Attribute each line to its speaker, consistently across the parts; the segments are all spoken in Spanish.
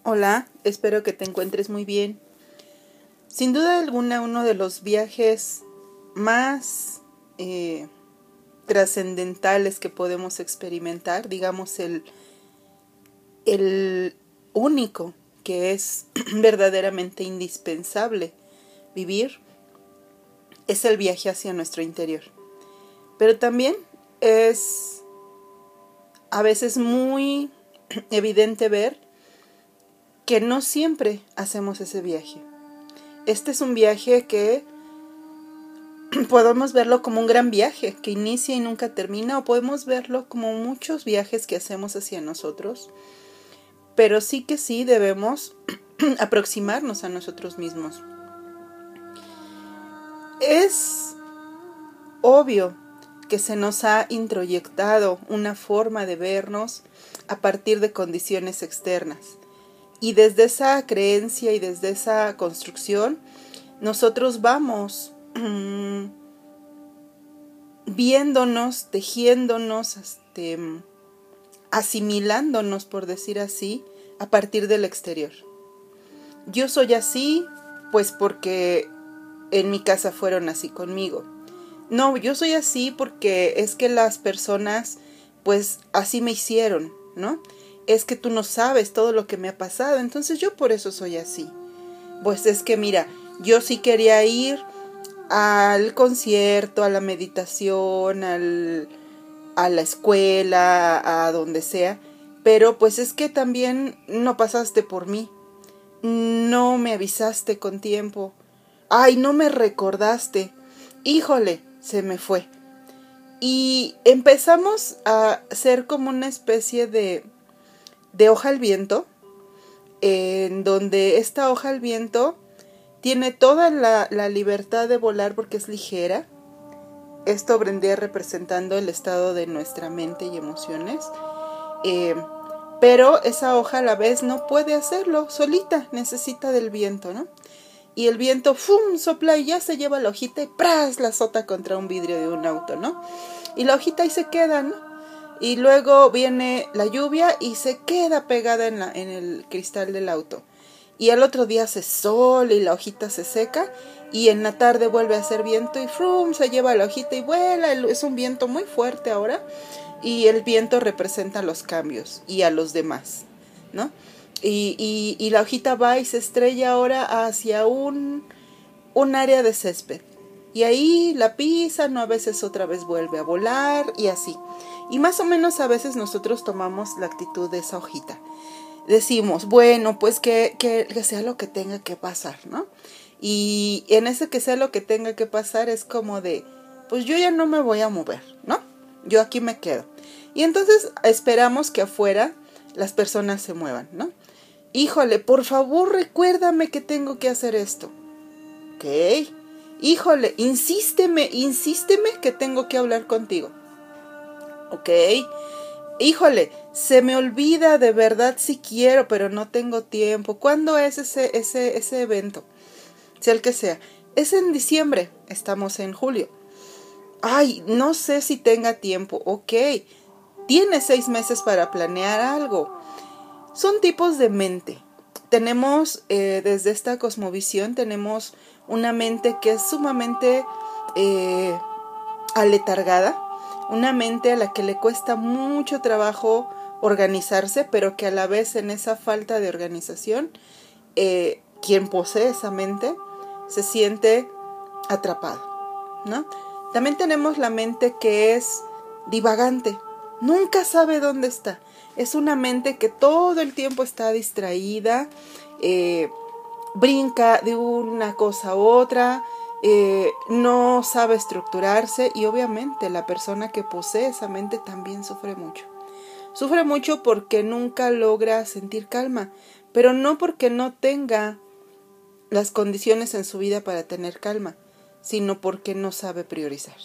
Speaker 1: Hola, espero que te encuentres muy bien. Sin duda alguna, uno de los viajes más trascendentales que podemos experimentar, digamos el único que es verdaderamente indispensable vivir, es el viaje hacia nuestro interior. Pero también es a veces muy evidente ver que no siempre hacemos ese viaje. Este es un viaje que podemos verlo como un gran viaje que inicia y nunca termina, o podemos verlo como muchos viajes que hacemos hacia nosotros, pero sí debemos aproximarnos a nosotros mismos. Es obvio que se nos ha introyectado una forma de vernos a partir de condiciones externas. Y desde esa creencia y desde esa construcción, nosotros vamos viéndonos, tejiéndonos, asimilándonos, por decir así, a partir del exterior. Yo soy así, pues porque en mi casa fueron así conmigo. No, yo soy así porque es que las personas, pues así me hicieron, ¿no? Es que tú no sabes todo lo que me ha pasado, entonces yo por eso soy así. Pues es que mira, yo sí quería ir al concierto, a la meditación, a la escuela, a donde sea, pero pues es que también no pasaste por mí, no me avisaste con tiempo, ay, no me recordaste, híjole, se me fue. Y empezamos a ser como una especie de hoja al viento, en donde esta hoja al viento tiene toda la libertad de volar porque es ligera. Esto vendría representando el estado de nuestra mente y emociones. Pero esa hoja a la vez no puede hacerlo solita, necesita del viento, ¿no? Y el viento, ¡fum!, sopla y ya se lleva la hojita y ¡pras!, la azota contra un vidrio de un auto, ¿no? Y la hojita ahí se queda, ¿no? Y luego viene la lluvia y se queda pegada en el cristal del auto. Y al otro día hace sol y la hojita se seca, y en la tarde vuelve a hacer viento y ¡frum!, se lleva la hojita y vuela. Es un viento muy fuerte ahora, y el viento representa los cambios y a los demás, ¿no? Y la hojita va y se estrella ahora hacia un área de césped. Y ahí la pisan, o a veces otra vez vuelve a volar y así. Y más o menos a veces nosotros tomamos la actitud de esa hojita. Decimos, bueno, pues que sea lo que tenga que pasar, ¿no? Y en ese que sea lo que tenga que pasar es como de, pues yo ya no me voy a mover, ¿no? Yo aquí me quedo. Y entonces esperamos que afuera las personas se muevan, ¿no? Híjole, por favor recuérdame que tengo que hacer esto. Ok. Híjole, insísteme que tengo que hablar contigo. Ok. Híjole, se me olvida, de verdad si quiero, pero no tengo tiempo. ¿Cuándo es ese evento? Sea el que sea. Es en diciembre, estamos en julio. Ay, no sé si tenga tiempo. Ok, tienes 6 meses para planear algo. Son tipos de mente. Tenemos, desde esta cosmovisión, tenemos una mente que es sumamente aletargada, una mente a la que le cuesta mucho trabajo organizarse, pero que a la vez en esa falta de organización, quien posee esa mente se siente atrapado, ¿no? También tenemos la mente que es divagante, nunca sabe dónde está. Es una mente que todo el tiempo está distraída, brinca de una cosa a otra, no sabe estructurarse, y obviamente la persona que posee esa mente también sufre mucho. Sufre mucho porque nunca logra sentir calma, pero no porque no tenga las condiciones en su vida para tener calma, sino porque no sabe priorizar.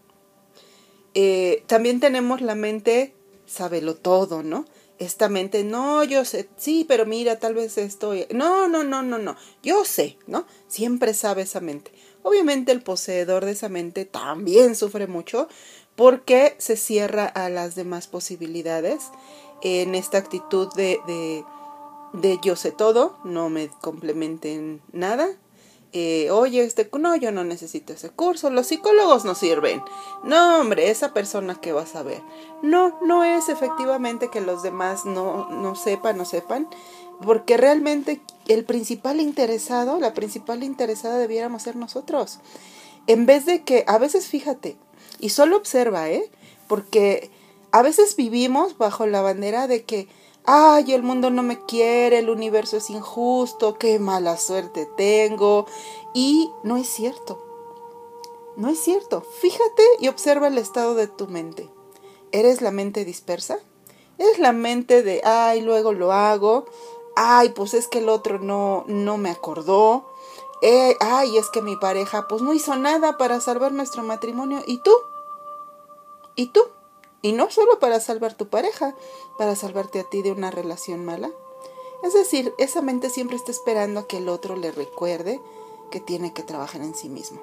Speaker 1: También tenemos la mente sábelo todo, ¿no? Esta mente, no, yo sé, sí, pero mira, tal vez estoy, no, yo sé, ¿no? Siempre sabe esa mente. Obviamente el poseedor de esa mente también sufre mucho porque se cierra a las demás posibilidades en esta actitud de de yo sé todo, no me complementen nada. Oye, no, yo no necesito ese curso, los psicólogos no sirven. No, hombre, esa persona que vas a ver. No, no es efectivamente que los demás no sepan, porque realmente el principal interesado, la principal interesada debiéramos ser nosotros. En vez de que, a veces fíjate, y solo observa, porque a veces vivimos bajo la bandera de que ay, el mundo no me quiere, el universo es injusto, qué mala suerte tengo. Y no es cierto. No es cierto. Fíjate y observa el estado de tu mente. ¿Eres la mente dispersa? ¿Eres la mente de, ay, luego lo hago? Ay, pues es que el otro no me acordó. Ay, es que mi pareja pues no hizo nada para salvar nuestro matrimonio. ¿Y tú? ¿Y tú? Y no solo para salvar tu pareja, para salvarte a ti de una relación mala. Es decir, esa mente siempre está esperando a que el otro le recuerde que tiene que trabajar en sí mismo.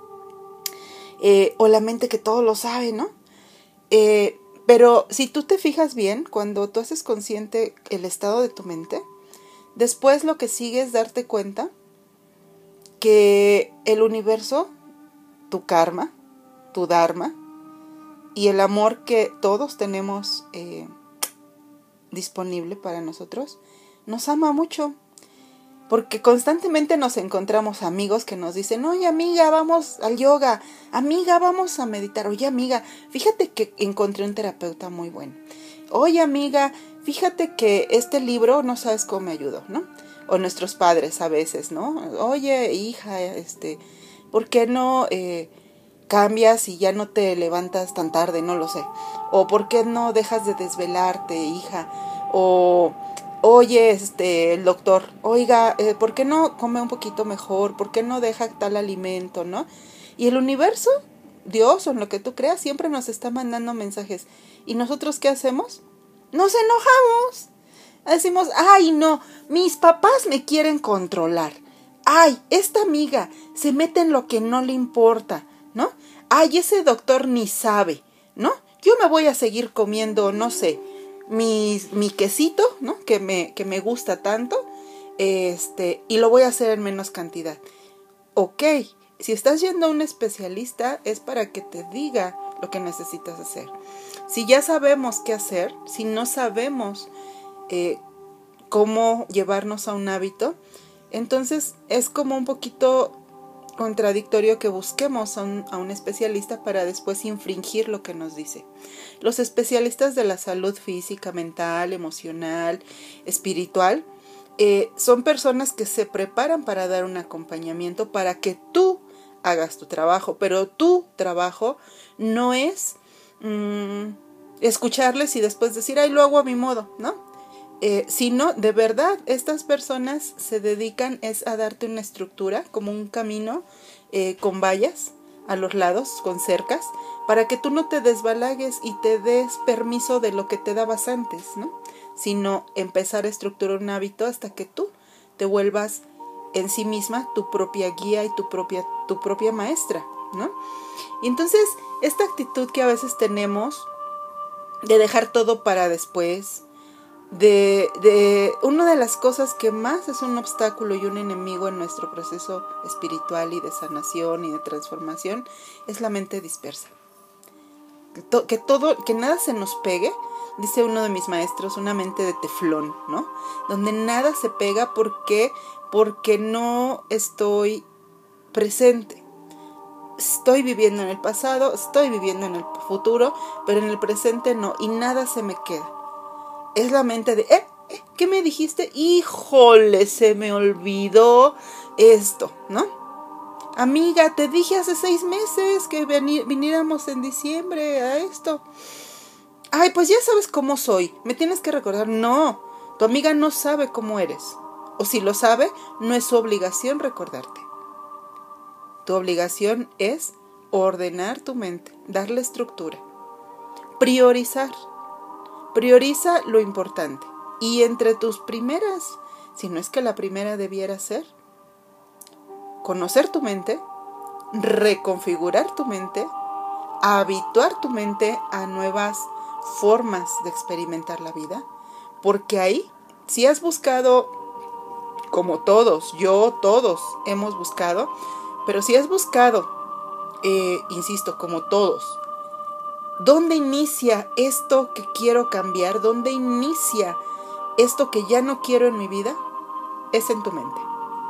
Speaker 1: O la mente que todo lo sabe, ¿no? Pero si tú te fijas bien, cuando tú haces consciente el estado de tu mente, después lo que sigue es darte cuenta que el universo, tu karma, tu dharma, y el amor que todos tenemos disponible para nosotros, nos ama mucho. Porque constantemente nos encontramos amigos que nos dicen, oye amiga, vamos al yoga, amiga, vamos a meditar, oye amiga, fíjate que encontré un terapeuta muy bueno, oye amiga, fíjate que este libro no sabes cómo me ayudó, ¿no? O nuestros padres a veces, ¿no? Oye hija, ¿por qué no cambias y ya no te levantas tan tarde? No lo sé. O ¿por qué no dejas de desvelarte, hija? O oye, el doctor, oiga, ¿por qué no come un poquito mejor? ¿Por qué no deja tal alimento, no? Y el universo, Dios o en lo que tú creas, siempre nos está mandando mensajes. ¿Y nosotros qué hacemos? Nos enojamos. Decimos, ay no, mis papás me quieren controlar. Ay, esta amiga se mete en lo que no le importa, ¿no? Ay, ese doctor ni sabe, ¿no? Yo me voy a seguir comiendo, no sé, mi quesito, ¿no? Que me gusta tanto, y lo voy a hacer en menos cantidad. Ok, si estás yendo a un especialista es para que te diga lo que necesitas hacer. Si ya sabemos qué hacer, si no sabemos cómo llevarnos a un hábito, entonces es como un poquito contradictorio que busquemos a un especialista para después infringir lo que nos dice. Los especialistas de la salud física, mental, emocional, espiritual, son personas que se preparan para dar un acompañamiento para que tú hagas tu trabajo, pero tu trabajo no es escucharles y después decir, ay, lo hago a mi modo, ¿no? Sino, de verdad, estas personas se dedican a darte una estructura, como un camino con vallas a los lados, con cercas, para que tú no te desbalagues y te des permiso de lo que te dabas antes, ¿no? Sino empezar a estructurar un hábito hasta que tú te vuelvas en sí misma tu propia guía y tu propia maestra, ¿no? Y entonces, esta actitud que a veces tenemos de dejar todo para después, una de las cosas que más es un obstáculo y un enemigo en nuestro proceso espiritual y de sanación y de transformación es la mente dispersa. Que nada se nos pegue, dice uno de mis maestros, una mente de teflón, ¿no? Donde nada se pega porque no estoy presente. Estoy viviendo en el pasado, estoy viviendo en el futuro, pero en el presente no, y nada se me queda. Es la mente de, ¿qué me dijiste? Híjole, se me olvidó esto, ¿no? Amiga, te dije hace 6 meses que viniéramos en diciembre a esto. Ay, pues ya sabes cómo soy, me tienes que recordar. No, tu amiga no sabe cómo eres. O si lo sabe, no es su obligación recordarte. Tu obligación es ordenar tu mente, darle estructura, priorizar. Prioriza lo importante. Y entre tus primeras, si no es que la primera debiera ser, conocer tu mente, reconfigurar tu mente, habituar tu mente a nuevas formas de experimentar la vida, porque ahí Si has buscado, como todos hemos buscado, pero si has buscado, insisto, como todos, ¿dónde inicia esto que quiero cambiar? ¿Dónde inicia esto que ya no quiero en mi vida? Es en tu mente.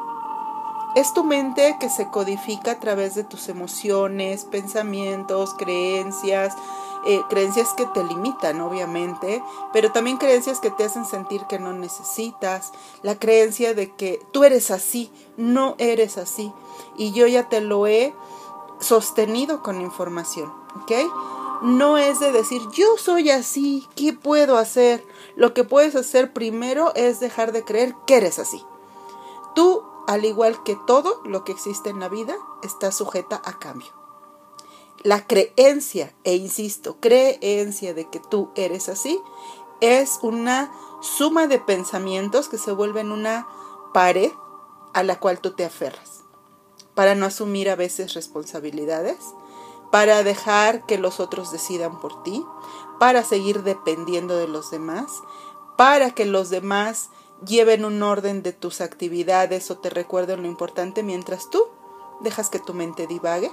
Speaker 1: Es tu mente que se codifica a través de tus emociones, pensamientos, creencias que te limitan, obviamente, pero también creencias que te hacen sentir que no necesitas, la creencia de que tú eres así, no eres así, y yo ya te lo he sostenido con información, ¿ok? No es de decir, yo soy así, ¿qué puedo hacer? Lo que puedes hacer primero es dejar de creer que eres así. Tú, al igual que todo lo que existe en la vida, está sujeta a cambio. La creencia, e insisto, creencia de que tú eres así, es una suma de pensamientos que se vuelven una pared a la cual tú te aferras, para no asumir a veces responsabilidades, para dejar que los otros decidan por ti, para seguir dependiendo de los demás, para que los demás lleven un orden de tus actividades o te recuerden lo importante mientras tú dejas que tu mente divague,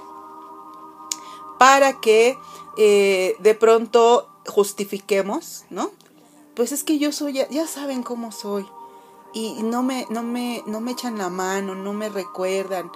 Speaker 1: para que de pronto justifiquemos, ¿no? Pues es que yo soy, ya saben cómo soy, y no me echan la mano, no me recuerdan,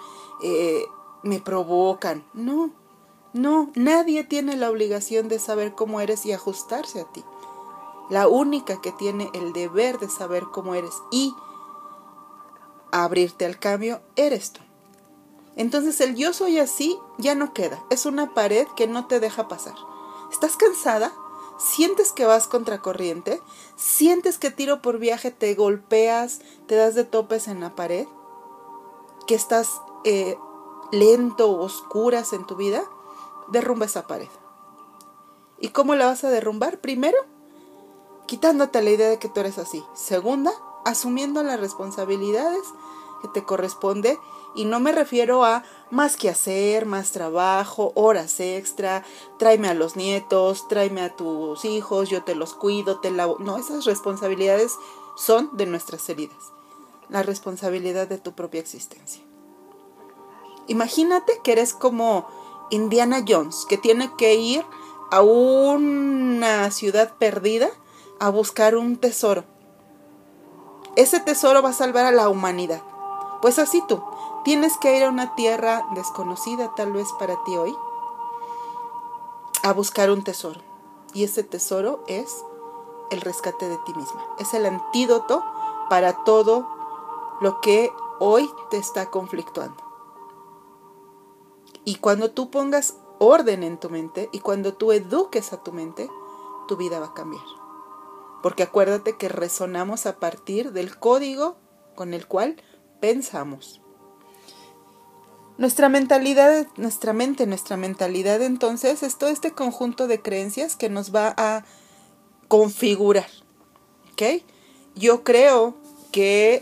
Speaker 1: me provocan. No, nadie tiene la obligación de saber cómo eres y ajustarse a ti. La única que tiene el deber de saber cómo eres y abrirte al cambio eres tú. Entonces el yo soy así ya no queda. Es una pared que no te deja pasar. ¿Estás cansada? ¿Sientes que vas contracorriente? ¿Sientes que tiro por viaje te golpeas, te das de topes en la pared? ¿Que estás lento o oscuras en tu vida? Derrumba esa pared. ¿Y cómo la vas a derrumbar? Primero, quitándote la idea de que tú eres así. Segunda, asumiendo las responsabilidades que te corresponde. Y no me refiero a más que hacer, más trabajo, horas extra, tráeme a los nietos, tráeme a tus hijos, yo te los cuido, te lavo. No, esas responsabilidades son de nuestras heridas. La responsabilidad de tu propia existencia. Imagínate que eres como Indiana Jones, que tiene que ir a una ciudad perdida a buscar un tesoro. Ese tesoro va a salvar a la humanidad. Pues así tú, tienes que ir a una tierra desconocida tal vez para ti hoy, a buscar un tesoro. Y ese tesoro es el rescate de ti misma. Es el antídoto para todo lo que hoy te está conflictuando. Y cuando tú pongas orden en tu mente y cuando tú eduques a tu mente, tu vida va a cambiar. Porque acuérdate que resonamos a partir del código con el cual pensamos. Nuestra mentalidad, nuestra mentalidad entonces es todo este conjunto de creencias que nos va a configurar. ¿Ok? Yo creo que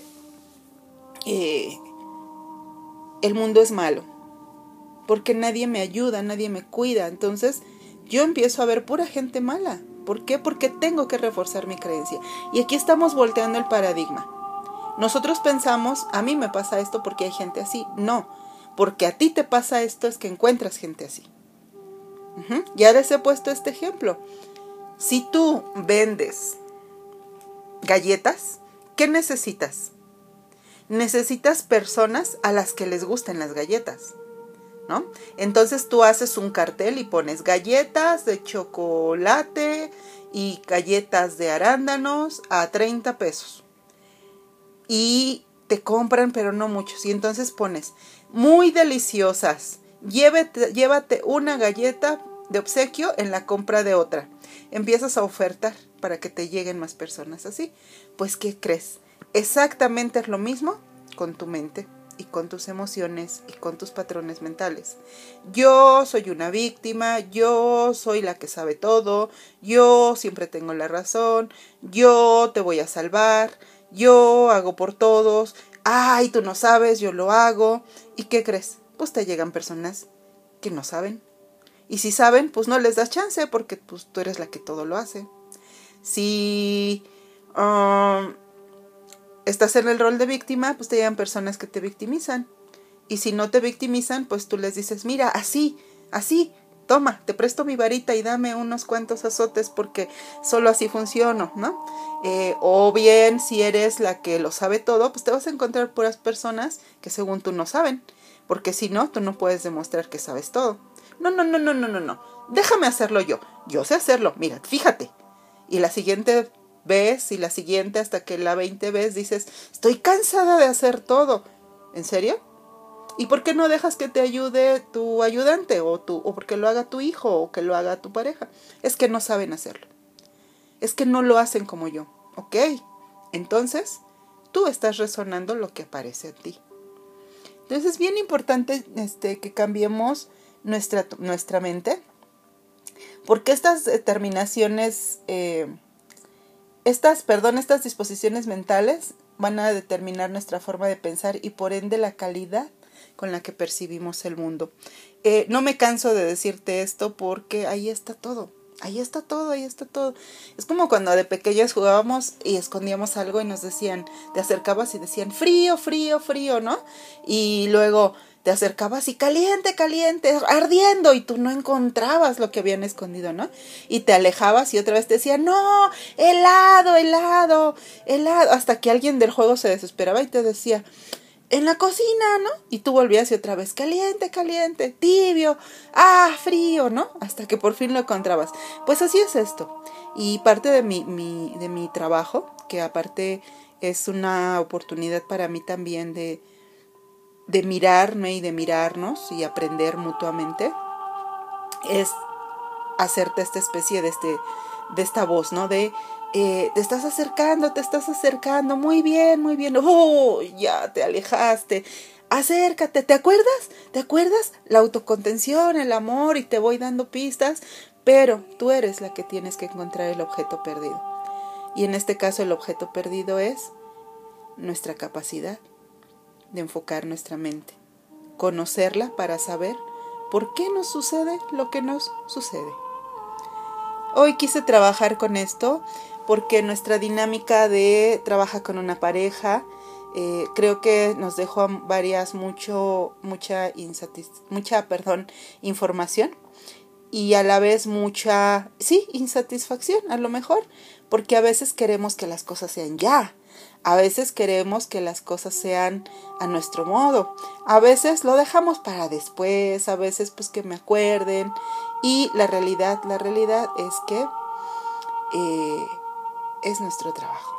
Speaker 1: el mundo es malo, porque nadie me ayuda, nadie me cuida. Entonces yo empiezo a ver pura gente mala. ¿Por qué? Porque tengo que reforzar mi creencia. Y aquí estamos volteando el paradigma. Nosotros pensamos, a mí me pasa esto porque hay gente así. No, porque a ti te pasa esto es que encuentras gente así. Ya les he puesto este ejemplo. Si tú vendes galletas, ¿qué necesitas? Necesitas personas a las que les gusten las galletas, ¿no? Entonces tú haces un cartel y pones galletas de chocolate y galletas de arándanos a 30 pesos. Y te compran, pero no muchos. Y entonces pones muy deliciosas. Llévate una galleta de obsequio en la compra de otra. Empiezas a ofertar para que te lleguen más personas así. Pues, ¿qué crees? Exactamente es lo mismo con tu mente y con tus emociones y con tus patrones mentales. Yo soy una víctima, yo soy la que sabe todo, yo siempre tengo la razón, yo te voy a salvar, yo hago por todos, ay, tú no sabes, yo lo hago. ¿Y qué crees? Pues te llegan personas que no saben. Y si saben, pues no les das chance porque pues, tú eres la que todo lo hace. Si estás en el rol de víctima, pues te llegan personas que te victimizan. Y si no te victimizan, pues tú les dices, mira, así, toma, te presto mi varita y dame unos cuantos azotes porque solo así funciono, ¿no? O bien, si eres la que lo sabe todo, pues te vas a encontrar puras personas que según tú no saben. Porque si no, tú no puedes demostrar que sabes todo. No. Déjame hacerlo yo. Yo sé hacerlo. Mira, fíjate. Y la siguiente vez y la siguiente hasta que la 20 vez dices, estoy cansada de hacer todo. ¿En serio? ¿Y por qué no dejas que te ayude tu ayudante o porque lo haga tu hijo o que lo haga tu pareja? Es que no saben hacerlo. Es que no lo hacen como yo. ¿Ok? Entonces, tú estás resonando lo que aparece en ti. Entonces es bien importante que cambiemos nuestra mente, porque estas determinaciones, estas disposiciones mentales van a determinar nuestra forma de pensar y por ende la calidad con la que percibimos el mundo. No me canso de decirte esto porque ahí está todo. Es como cuando de pequeños jugábamos y escondíamos algo y nos decían, te acercabas y decían frío, ¿no? Y luego te acercabas y caliente, ardiendo, y tú no encontrabas lo que habían escondido, ¿no? Y te alejabas y otra vez te decían, no, helado, hasta que alguien del juego se desesperaba y te decía, en la cocina, ¿no? Y tú volvías y otra vez, caliente, tibio, frío, ¿no? Hasta que por fin lo encontrabas. Pues así es esto. Y parte de mi trabajo, que aparte es una oportunidad para mí también de mirarme y de mirarnos y aprender mutuamente, es hacerte esta especie de esta voz, ¿no? De te estás acercando, muy bien, ya te alejaste, acércate, ¿te acuerdas? La autocontención, el amor, y te voy dando pistas, pero tú eres la que tienes que encontrar el objeto perdido. Y en este caso el objeto perdido es nuestra capacidad de enfocar nuestra mente, conocerla para saber por qué nos sucede lo que nos sucede. Hoy quise trabajar con esto porque nuestra dinámica de trabaja con una pareja, creo que nos dejó mucha información y a la vez mucha, insatisfacción a lo mejor, porque a veces queremos que las cosas sean ya. A veces queremos que las cosas sean a nuestro modo. A veces lo dejamos para después, a veces pues que me acuerden. Y la realidad es que es nuestro trabajo.